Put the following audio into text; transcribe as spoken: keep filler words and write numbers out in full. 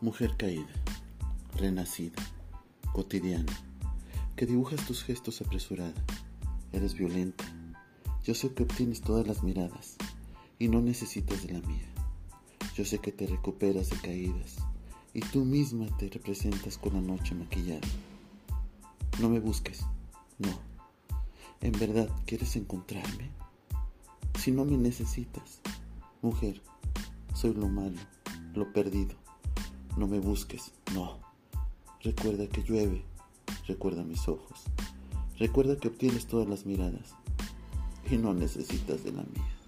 Mujer caída, renacida, cotidiana, que dibujas tus gestos apresurada. Eres violenta. Yo sé que obtienes todas las miradas y no necesitas de la mía. Yo sé que te recuperas de caídas y tú misma te representas con la noche maquillada. No me busques, no. ¿En verdad quieres encontrarme? Si no me necesitas, mujer, soy lo malo, lo perdido. No me busques, no. Recuerda que llueve, recuerda mis ojos. Recuerda que obtienes todas las miradas y no necesitas de la mía.